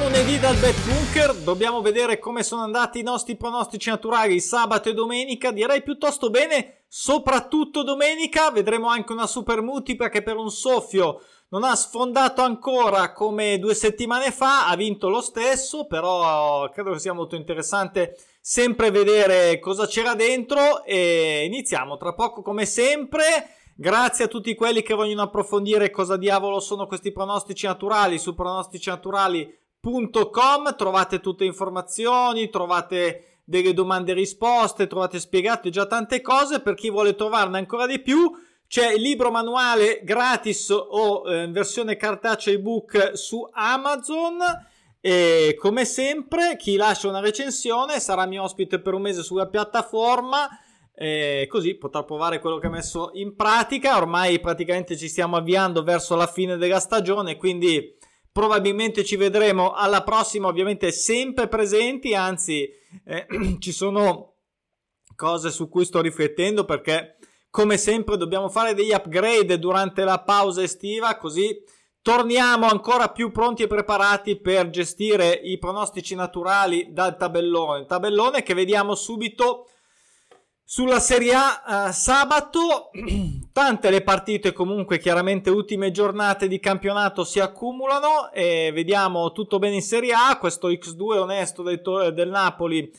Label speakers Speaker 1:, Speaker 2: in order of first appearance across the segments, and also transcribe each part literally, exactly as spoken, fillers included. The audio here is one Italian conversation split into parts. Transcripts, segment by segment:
Speaker 1: lunedì dal Bet Bunker, dobbiamo vedere come sono andati i nostri pronostici naturali sabato e domenica. Direi piuttosto bene, soprattutto domenica. Vedremo anche una super multipla che per un soffio non ha sfondato ancora come due settimane fa, ha vinto lo stesso, però credo che sia molto interessante sempre vedere cosa c'era dentro. E iniziamo tra poco come sempre. Grazie a tutti quelli che vogliono approfondire cosa diavolo sono questi pronostici naturali su pronostici naturali punto com. Trovate tutte le informazioni, trovate delle domande e risposte, trovate spiegate già tante cose. Per chi vuole trovarne ancora di più, c'è il libro manuale gratis o eh, in versione cartacea ebook su Amazon. E come sempre, chi lascia una recensione sarà mio ospite per un mese sulla piattaforma. E così potrà provare quello che ha messo in pratica. Ormai praticamente ci stiamo avviando verso la fine della stagione, quindi probabilmente ci vedremo alla prossima, ovviamente sempre presenti, anzi eh, ci sono cose su cui sto riflettendo, perché come sempre dobbiamo fare degli upgrade durante la pausa estiva, così torniamo ancora più pronti e preparati per gestire i pronostici naturali dal tabellone tabellone che vediamo subito. Sulla Serie A uh, sabato, tante le partite, comunque chiaramente ultime giornate di campionato si accumulano e vediamo tutto bene in Serie A. Questo X due onesto del, del Napoli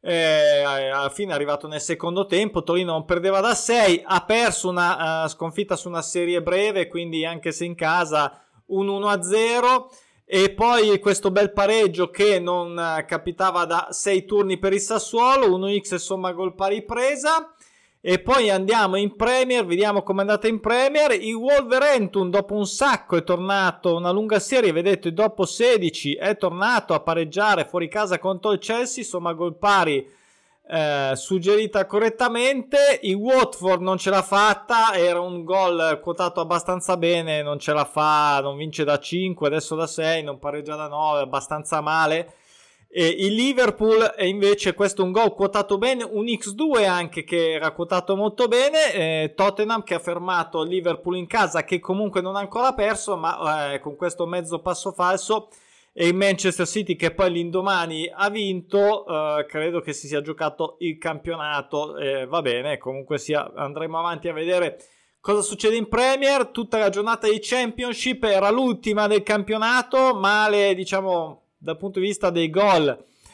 Speaker 1: eh, alla fine è arrivato nel secondo tempo, Torino non perdeva da sei, ha perso una uh, sconfitta su una serie breve, quindi anche se in casa un uno a zero. E poi questo bel pareggio che non capitava da sei turni per il Sassuolo, uno x somma gol pari presa. E poi andiamo in Premier, vediamo com'è andata in Premier. Il Wolverhampton dopo un sacco è tornato, una lunga serie, vedete, dopo sedici è tornato a pareggiare fuori casa contro il Chelsea, somma gol pari eh, suggerita correttamente. Il Watford non ce l'ha fatta, era un gol quotato abbastanza bene, non ce la fa, non vince da cinque, adesso da sei, non pareggia da nove, abbastanza male. E il Liverpool è invece, questo è un gol quotato bene, un X due anche che era quotato molto bene. eh, Tottenham che ha fermato il Liverpool in casa, che comunque non ha ancora perso, ma eh, con questo mezzo passo falso. E il Manchester City che poi l'indomani ha vinto, eh, credo che si sia giocato il campionato, eh, va bene, comunque sia, andremo avanti a vedere cosa succede in Premier. Tutta la giornata di Championship era l'ultima del campionato, male diciamo dal punto di vista dei gol.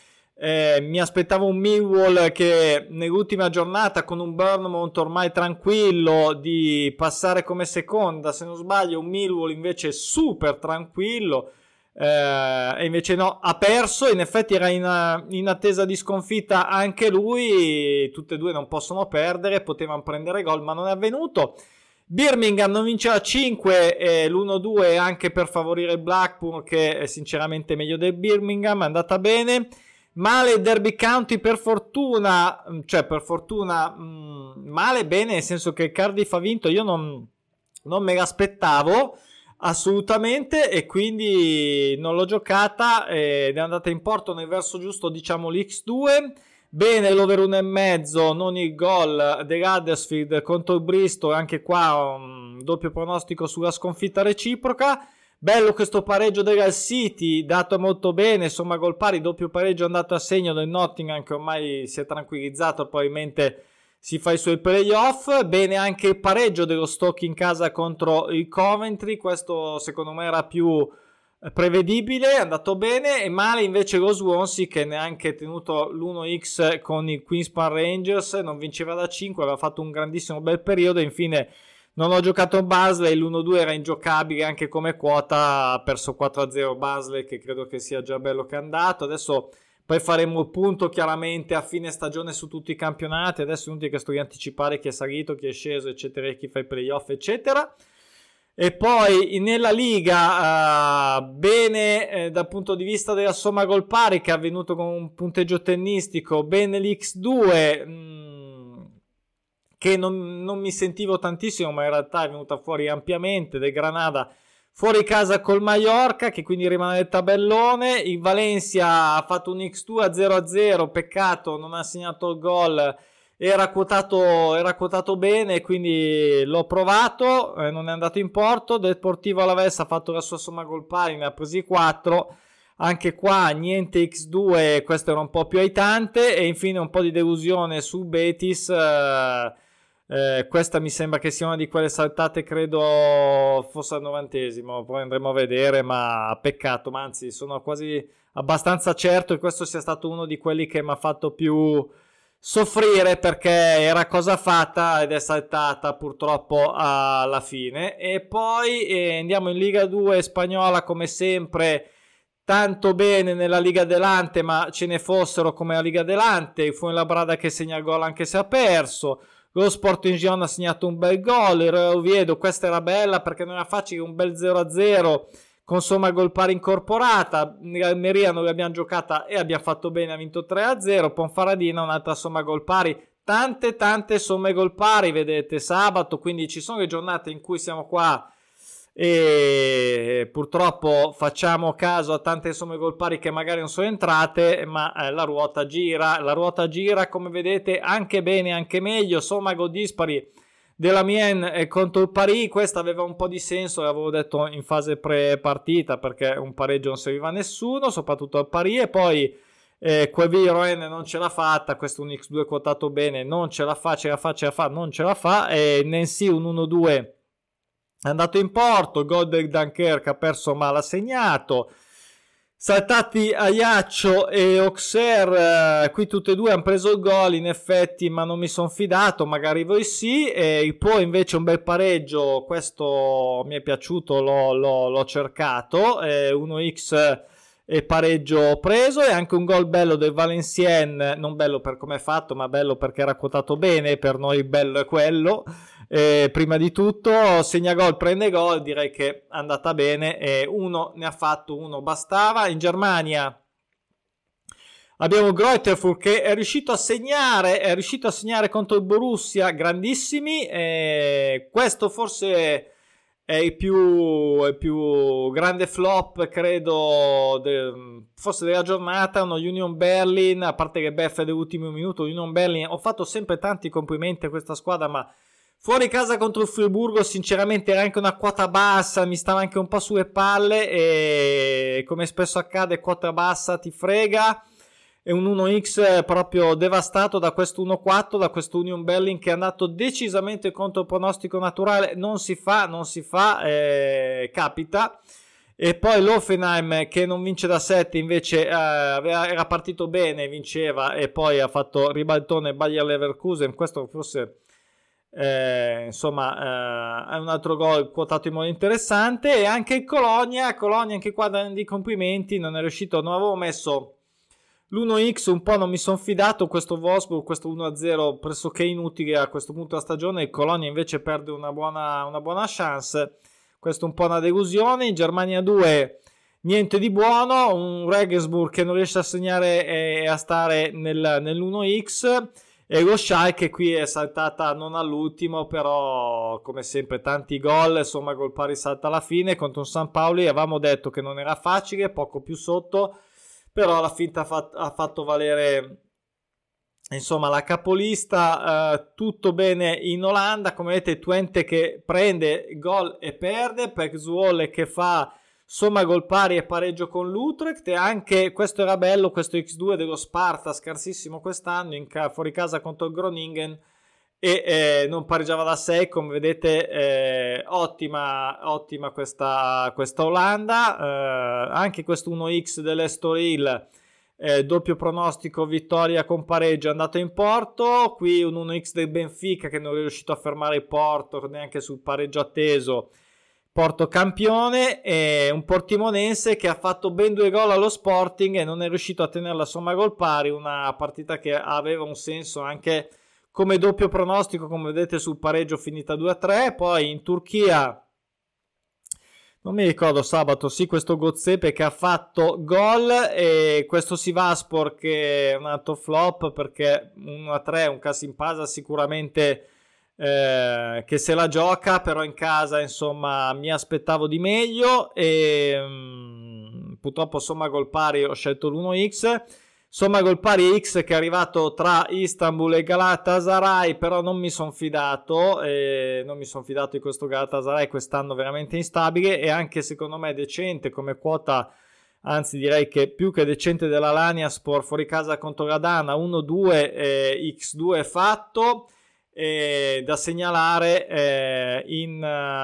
Speaker 1: Eh, mi aspettavo un Millwall che nell'ultima giornata con un Bournemouth ormai tranquillo di passare come seconda, se non sbaglio un Millwall invece super tranquillo. Eh, e invece no, ha perso. In effetti era in, in attesa di sconfitta anche lui, tutte e due non possono perdere, potevano prendere gol ma non è avvenuto. Birmingham non vinceva cinque e l'uno due anche per favorire il Blackpool, che è sinceramente meglio del Birmingham, è andata bene. Male Derby County per fortuna, cioè per fortuna mh, male bene nel senso che Cardiff ha vinto, io non, non me l'aspettavo assolutamente e quindi non l'ho giocata ed è andata in porto nel verso giusto, diciamo l'X due. Bene l'over uno e mezzo, non il gol dell'Huddersfield contro il Bristol, anche qua un doppio pronostico sulla sconfitta reciproca. Bello questo pareggio della City, dato molto bene, insomma gol pari, doppio pareggio andato a segno del Nottingham che ormai si è tranquillizzato, probabilmente si fa i suoi playoff. Bene anche il pareggio dello Stoke in casa contro il Coventry, questo secondo me era più prevedibile, è andato bene. E male invece lo Swansea che neanche tenuto l'uno x con il Queen's Park Rangers, non vinceva da cinque, aveva fatto un grandissimo bel periodo. Infine non ho giocato Barnsley, l'uno due era ingiocabile anche come quota, ha perso quattro a zero Barnsley, che credo che sia già bello che è andato. Adesso poi faremo il punto chiaramente a fine stagione su tutti i campionati. Adesso è inutile che sto di anticipare chi è salito, chi è sceso, eccetera, chi fa i playoff, eccetera. E poi nella Liga uh, bene eh, dal punto di vista della somma gol pari, che è avvenuto con un punteggio tennistico, bene l'X due mh, che non, non mi sentivo tantissimo, ma in realtà è venuta fuori ampiamente, del Granada fuori casa col Mallorca, che quindi rimane nel tabellone. Il Valencia ha fatto un X due a zero a zero, peccato non ha segnato il gol, era quotato, era quotato bene, quindi l'ho provato, eh, non è andato in porto. Deportivo Alavés ha fatto la sua somma gol pari, ne ha presi quattro, Anche qua niente X due, questo era un po' più aitante. E infine un po' di delusione su Betis. eh, eh, questa mi sembra che sia una di quelle saltate, credo fosse al novantesimo, poi andremo a vedere, ma peccato, ma anzi sono quasi abbastanza certo che questo sia stato uno di quelli che mi ha fatto più soffrire, perché era cosa fatta ed è saltata purtroppo alla fine. E poi eh, andiamo in Liga due spagnola, come sempre. Tanto bene nella Liga Delante, ma ce ne fossero come la Liga Delante. Fu in Labrada che segna il gol anche se ha perso. Lo Sporting Gijón ha segnato un bel gol. Il Real Oviedo, questa era bella perché non era facile, un bel zero a zero con somma gol pari incorporata. Almeria non l'abbiamo giocata e abbiamo fatto bene, ha vinto tre a zero. Ponfaradina un'altra somma gol pari. Tante tante somme gol pari, vedete, sabato, quindi ci sono le giornate in cui siamo qua e purtroppo facciamo caso a tante somme gol pari che magari non sono entrate, ma eh, la ruota gira, la ruota gira come vedete anche bene, anche meglio. Somma gol dispari della Mien contro il Paris, questa aveva un po' di senso, l'avevo detto in fase pre-partita, perché un pareggio non serviva a nessuno, soprattutto al Paris. E poi eh, Quevilly-Rouen non ce l'ha fatta, questo un X due quotato bene, non ce la fa, ce la fa, ce la fa, non ce la fa. E Nancy un uno due è andato in porto, gol del Dunkerque, ha perso ma l'ha segnato. Saltati Ajaccio e Auxerre, eh, qui tutte e due hanno preso il gol in effetti, ma non mi sono fidato, magari voi sì. E il Po invece un bel pareggio, questo mi è piaciuto, l'ho, l'ho, l'ho cercato, eh, uno X e pareggio preso. E anche un gol bello del Valenciennes, non bello per come è fatto, ma bello perché era quotato bene, per noi bello è quello. Eh, prima di tutto segna gol, prende gol, direi che è andata bene, e uno ne ha fatto, uno bastava. In Germania abbiamo Greuterfurt che è riuscito a segnare, è riuscito a segnare contro il Borussia, grandissimi. Eh, questo forse è il più, è il più grande flop, credo, de, forse della giornata. Uno Union Berlin, a parte che beffe dell'ultimo minuto. Union Berlin, ho fatto sempre tanti complimenti a questa squadra, ma fuori casa contro il Friburgo sinceramente era anche una quota bassa, mi stava anche un po' sulle palle, e come spesso accade quota bassa ti frega. E un uno X proprio devastato da questo uno quattro, da questo Union Berlin che è andato decisamente contro il pronostico naturale. Non si fa, non si fa, eh, capita. E poi l'Hoffenheim che non vince da sette, invece eh, era partito bene, vinceva, e poi ha fatto ribaltone Bayer Leverkusen. Questo forse Eh, insomma eh, è un altro gol quotato in modo interessante. E anche il Colonia, Colonia anche qua di complimenti, non è riuscito, non avevo messo l'uno X, un po' non mi sono fidato. Questo Wolfsburg, questo uno a zero pressoché inutile a questo punto della stagione. Il Colonia invece perde una buona, una buona chance, questo un po' una delusione. In Germania due niente di buono, un Regensburg che non riesce a segnare e a stare nel, nell'uno X. E lo Schalke qui è saltata non all'ultimo, però come sempre tanti gol, insomma gol pari salta alla fine contro un San Paoli. Avevamo detto che non era facile, poco più sotto, però alla fine ha, fat- ha fatto valere insomma la capolista. Eh, tutto bene in Olanda, come vedete Twente che prende gol e perde, per Zwolle che fa somma gol pari e pareggio con l'Utrecht. E anche questo era bello, questo X due dello Sparta, scarsissimo quest'anno, in ca- fuori casa contro il Groningen, e eh, non pareggiava da sei, come vedete. Eh, ottima ottima questa, questa Olanda. Eh, anche questo uno X dell'Estoril, eh, doppio pronostico, vittoria con pareggio, è andato in porto. Qui un uno X del Benfica che non è riuscito a fermare il Porto neanche sul pareggio atteso, Porto campione. E un portimonense che ha fatto ben due gol allo Sporting e non è riuscito a tenere la somma gol pari, una partita che aveva un senso anche come doppio pronostico, come vedete sul pareggio finita due a tre. Poi in Turchia non mi ricordo, sabato sì, questo Gozzepe che ha fatto gol, e questo Sivasspor che è un altro flop perché uno a tre, un Kasimpasa sicuramente Eh, che se la gioca, però in casa insomma mi aspettavo di meglio. E um, purtroppo somma gol pari, ho scelto l'uno X. Somma gol pari X che è arrivato tra Istanbul e Galatasaray, però non mi sono fidato, eh, non mi sono fidato di questo Galatasaray, quest'anno veramente instabile, e anche secondo me decente come quota anzi direi che più che decente della Lanyaspor, fuori casa contro la Dana uno due, eh, X due fatto. Eh, da segnalare eh, in,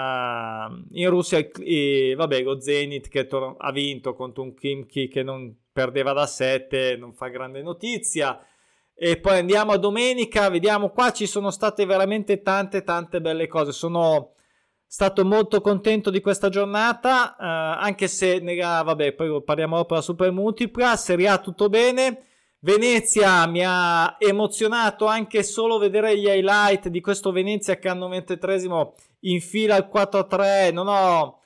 Speaker 1: uh, in Russia eh, vabbè, lo Zenit che tor- ha vinto contro un Khimki che non perdeva da sette, non fa grande notizia. E poi andiamo a domenica, vediamo, qua ci sono state veramente tante tante belle cose, sono stato molto contento di questa giornata, eh, anche se nella, vabbè, poi parliamo dopo della Super Multipla. Serie A tutto bene. Venezia mi ha emozionato anche solo vedere gli highlight di questo Venezia che al novantatreesimo infila il quattro a tre. Non ho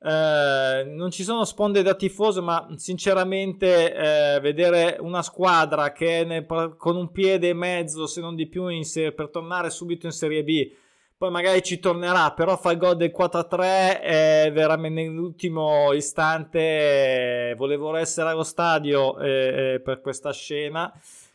Speaker 1: eh, non ci sono sponde da tifoso, ma sinceramente eh, vedere una squadra che è nel, con un piede e mezzo se non di più in serie, per tornare subito in Serie B, poi magari ci tornerà, però fa il gol del quattro a tre è veramente nell'ultimo istante, eh, volevo essere allo stadio eh, eh, per questa scena,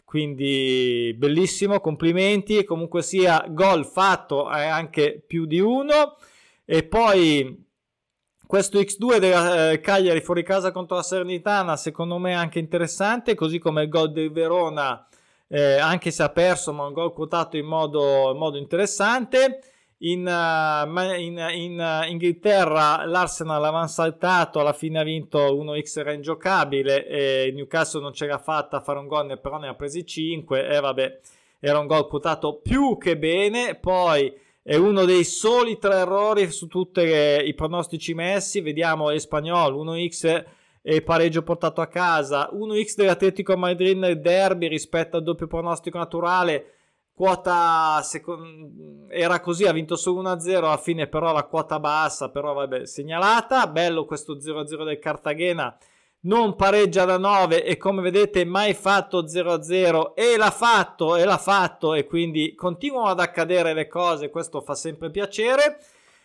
Speaker 1: quindi bellissimo, complimenti. E comunque sia, gol fatto è anche più di uno. E poi questo X due della eh, Cagliari fuori casa contro la Salernitana secondo me è anche interessante, così come il gol del Verona, eh, anche se ha perso, ma un gol quotato in modo, in modo interessante. In, uh, in, in uh, Inghilterra l'Arsenal aveva saltato, alla fine ha vinto uno x, era ingiocabile, e il Newcastle non ce l'ha fatta a fare un gol, però ne ha presi cinque e vabbè, era un gol quotato più che bene. Poi è uno dei soli tre errori su tutti i pronostici messi, vediamo Espanyol uno x e pareggio portato a casa, uno x dell'Atletico Madrid nel derby rispetto al doppio pronostico naturale, quota second... era così, ha vinto solo uno a zero alla fine, però la quota bassa, però vabbè, segnalata. Bello questo zero a zero del Cartagena, non pareggia da nove e come vedete mai fatto zero a zero, e l'ha fatto e l'ha fatto e quindi continuano ad accadere le cose, questo fa sempre piacere.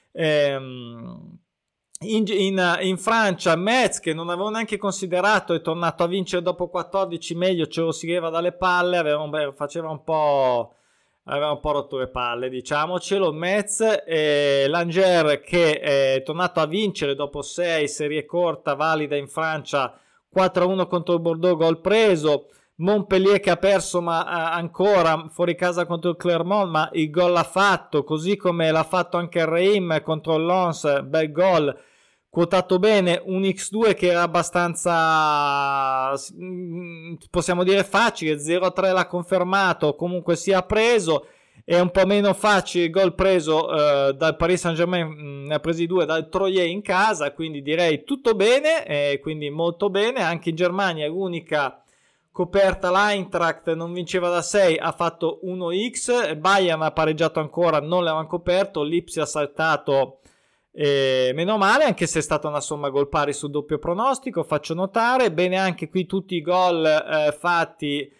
Speaker 1: ehm In, in, in Francia Metz, che non avevo neanche considerato, è tornato a vincere dopo quattordici, meglio ce lo si leva dalle palle, aveva un, faceva un po' aveva un po' rotto le palle, diciamocelo. Metz, e l'Angers che è tornato a vincere dopo sei, serie corta valida in Francia, quattro a uno contro il Bordeaux, gol preso. Montpellier che ha perso ma eh, ancora fuori casa contro il Clermont, ma il gol l'ha fatto, così come l'ha fatto anche il Reims contro il Lens, bel gol quotato bene. Un X due che era abbastanza, possiamo dire, facile, zero a tre l'ha confermato, comunque si è preso. È un po' meno facile il gol preso eh, dal Paris Saint-Germain, ne ha presi due dal Troyes in casa, quindi direi tutto bene, eh, quindi molto bene. Anche in Germania l'unica coperta, l'Eintracht non vinceva da sei, ha fatto uno x, Bayern ha pareggiato ancora, non l'avevano coperto, Lipsia ha saltato, eh, meno male, anche se è stata una somma gol pari sul doppio pronostico, faccio notare. Bene anche qui tutti i gol eh, fatti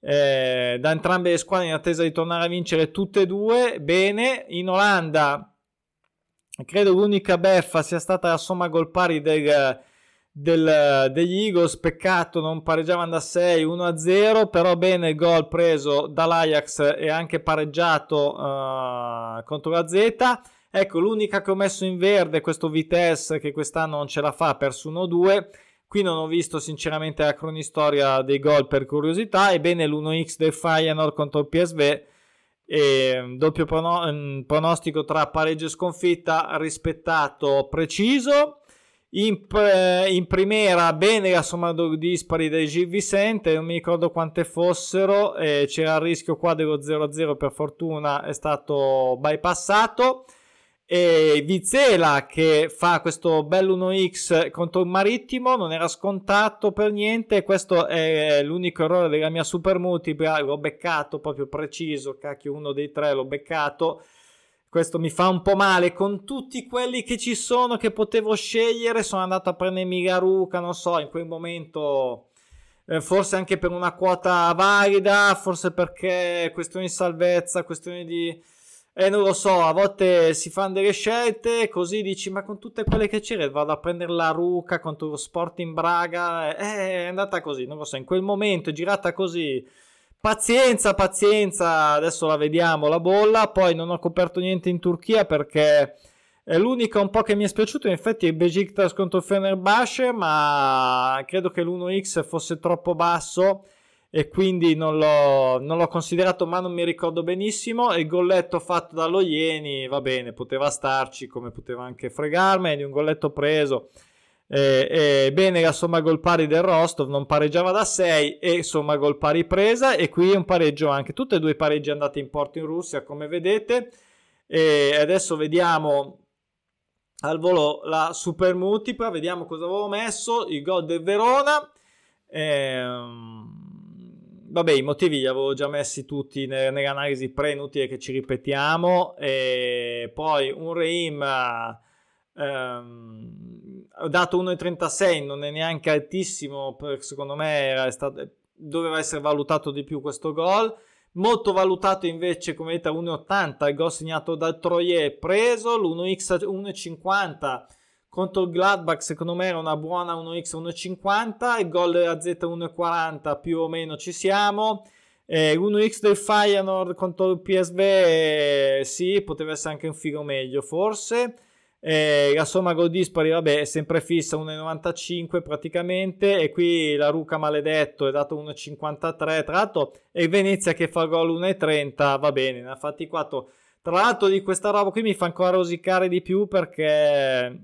Speaker 1: eh, da entrambe le squadre in attesa di tornare a vincere tutte e due. Bene. In Olanda credo l'unica beffa sia stata la somma gol pari del Del, degli Eagles, peccato non pareggiavano da sei, uno a zero, però bene il gol preso dall'Ajax e anche pareggiato uh, contro la Z. Ecco, l'unica che ho messo in verde, questo Vitesse, che quest'anno non ce la fa, ha perso uno a due. Qui non ho visto sinceramente la cronistoria dei gol per curiosità. E bene l'uno x del Feyenoord contro il P S V, e doppio prono- pronostico tra pareggio e sconfitta rispettato, preciso. In, in primera bene la somma dispari dei Gil Vicente, non mi ricordo quante fossero, eh, c'era il rischio qua dello zero a zero, per fortuna è stato bypassato. E Vizela che fa questo bello uno x contro il Marittimo, non era scontato per niente. Questo è l'unico errore della mia super multipla, l'ho beccato proprio preciso, cacchio, uno dei tre l'ho beccato. Questo mi fa un po' male, con tutti quelli che ci sono che potevo scegliere sono andato a prendere Migaruca, non so, in quel momento eh, forse anche per una quota valida, forse perché questioni di salvezza, questioni di eh non lo so, a volte si fanno delle scelte così, dici ma con tutte quelle che c'era vado a prendere la Ruca contro lo Sporting Braga, eh, è andata così, non lo so, in quel momento è girata così. Pazienza, pazienza, adesso la vediamo la bolla. Poi non ho coperto niente in Turchia perché È l'unica un po' che mi è spiaciuto, in effetti, è Besiktas contro Fenerbahce, ma credo che l'uno x fosse troppo basso e quindi non l'ho, non l'ho considerato, ma non mi ricordo benissimo. E il golletto fatto dallo Ieni, va bene, poteva starci, come poteva anche fregarmene, un golletto preso. E, e bene la somma gol pari del Rostov, non pareggiava da sei, e somma gol pari presa, e qui un pareggio anche, tutte e due i pareggi andati in porto in Russia, come vedete. E adesso vediamo al volo la super multipla, vediamo cosa avevo messo. Il gol del Verona, ehm, vabbè, i motivi li avevo già messi tutti nell'analisi pre, inutile che ci ripetiamo. E poi un Reim ehm, dato uno virgola trentasei, non è neanche altissimo, secondo me era stato, doveva essere valutato di più questo gol. Molto valutato invece, come vedete, a uno virgola ottanta il gol segnato dal Troyer preso. L'uno x uno virgola cinquanta contro il Gladbach, secondo me era una buona uno x uno virgola cinquanta. Il gol della Z uno virgola quaranta più o meno ci siamo. eh, l'uno x del Feyenoord contro il P S V, eh, sì, poteva essere anche un figo meglio forse. Eh, la somma gol dispari, vabbè, è sempre fissa, uno virgola novantacinque praticamente. E qui la Ruca maledetto è dato uno virgola cinquantatré, tra l'altro è il Venezia che fa gol uno virgola trenta, va bene, ne ha fatti quattro. Tra l'altro di questa roba qui mi fa ancora rosicare di più, perché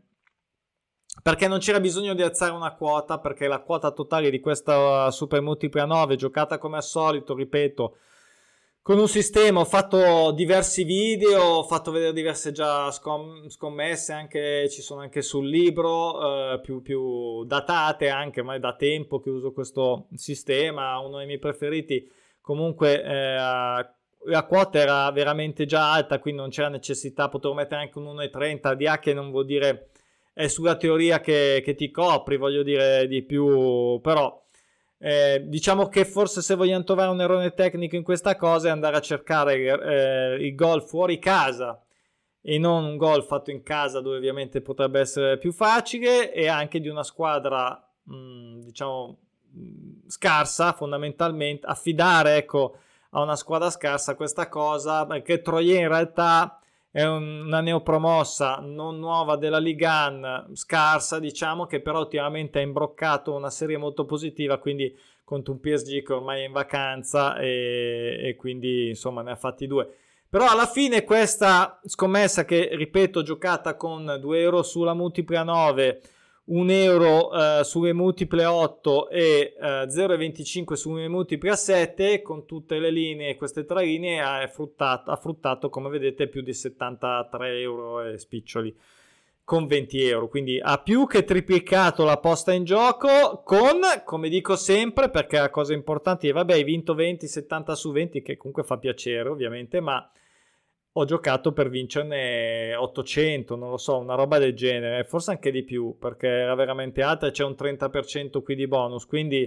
Speaker 1: perché non c'era bisogno di alzare una quota, perché la quota totale di questa super multipla nove, giocata come al solito, ripeto, con un sistema, ho fatto diversi video, ho fatto vedere diverse già scom- scommesse, anche, ci sono anche sul libro, eh, più, più datate anche, ma è da tempo che uso questo sistema, uno dei miei preferiti. Comunque eh, la quota era veramente già alta, quindi non c'era necessità, potevo mettere anche un uno virgola trenta, di A che non vuol dire è sulla teoria che, che ti copri, voglio dire di più, però... Eh, diciamo che forse se vogliamo trovare un errore tecnico in questa cosa è andare a cercare eh, il gol fuori casa e non un gol fatto in casa, dove ovviamente potrebbe essere più facile, e anche di una squadra mh, diciamo mh, scarsa, fondamentalmente affidare, ecco, a una squadra scarsa questa cosa, perché Troyer in realtà è una neopromossa non nuova della Ligue uno, scarsa, diciamo, che però ultimamente ha imbroccato una serie molto positiva, quindi contro un P S G che ormai è in vacanza, e, e quindi insomma ne ha fatti due. Però alla fine questa scommessa, che ripeto giocata con due euro sulla multipla nove, un euro eh, sulle multiple otto e eh, zero virgola venticinque sulle multiple sette, con tutte le linee, queste tre linee ha fruttato, ha fruttato come vedete più di settantatré euro e spiccioli con venti euro, quindi ha più che triplicato la posta in gioco, con, come dico sempre, perché la cosa importante è, vabbè, hai vinto venti, settanta su venti, che comunque fa piacere ovviamente, ma ho giocato per vincerne ottocento, non lo so, una roba del genere, forse anche di più, perché era veramente alta e c'è un trenta per cento qui di bonus, quindi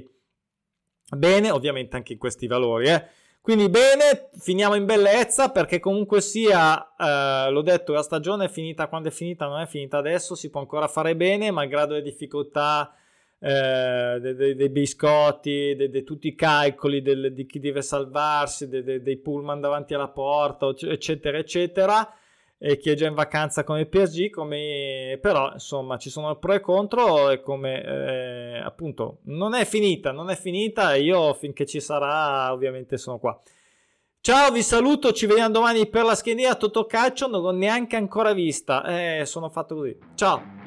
Speaker 1: bene, ovviamente anche in questi valori, eh. Quindi bene, finiamo in bellezza, perché comunque sia, eh, l'ho detto, la stagione è finita quando è finita, non è finita adesso, si può ancora fare bene, malgrado le difficoltà eh, dei, dei, dei biscotti, di de, de tutti i calcoli del, di chi deve salvarsi, de, de, dei pullman davanti alla porta, eccetera eccetera, e chi è già in vacanza come il P S G, come... però insomma ci sono pro e contro, e come eh, appunto non è finita, non è finita, e io finché ci sarà ovviamente sono qua. Ciao, vi saluto, ci vediamo domani per la schedina Totocalcio, non l'ho neanche ancora vista, eh, sono fatto così, ciao.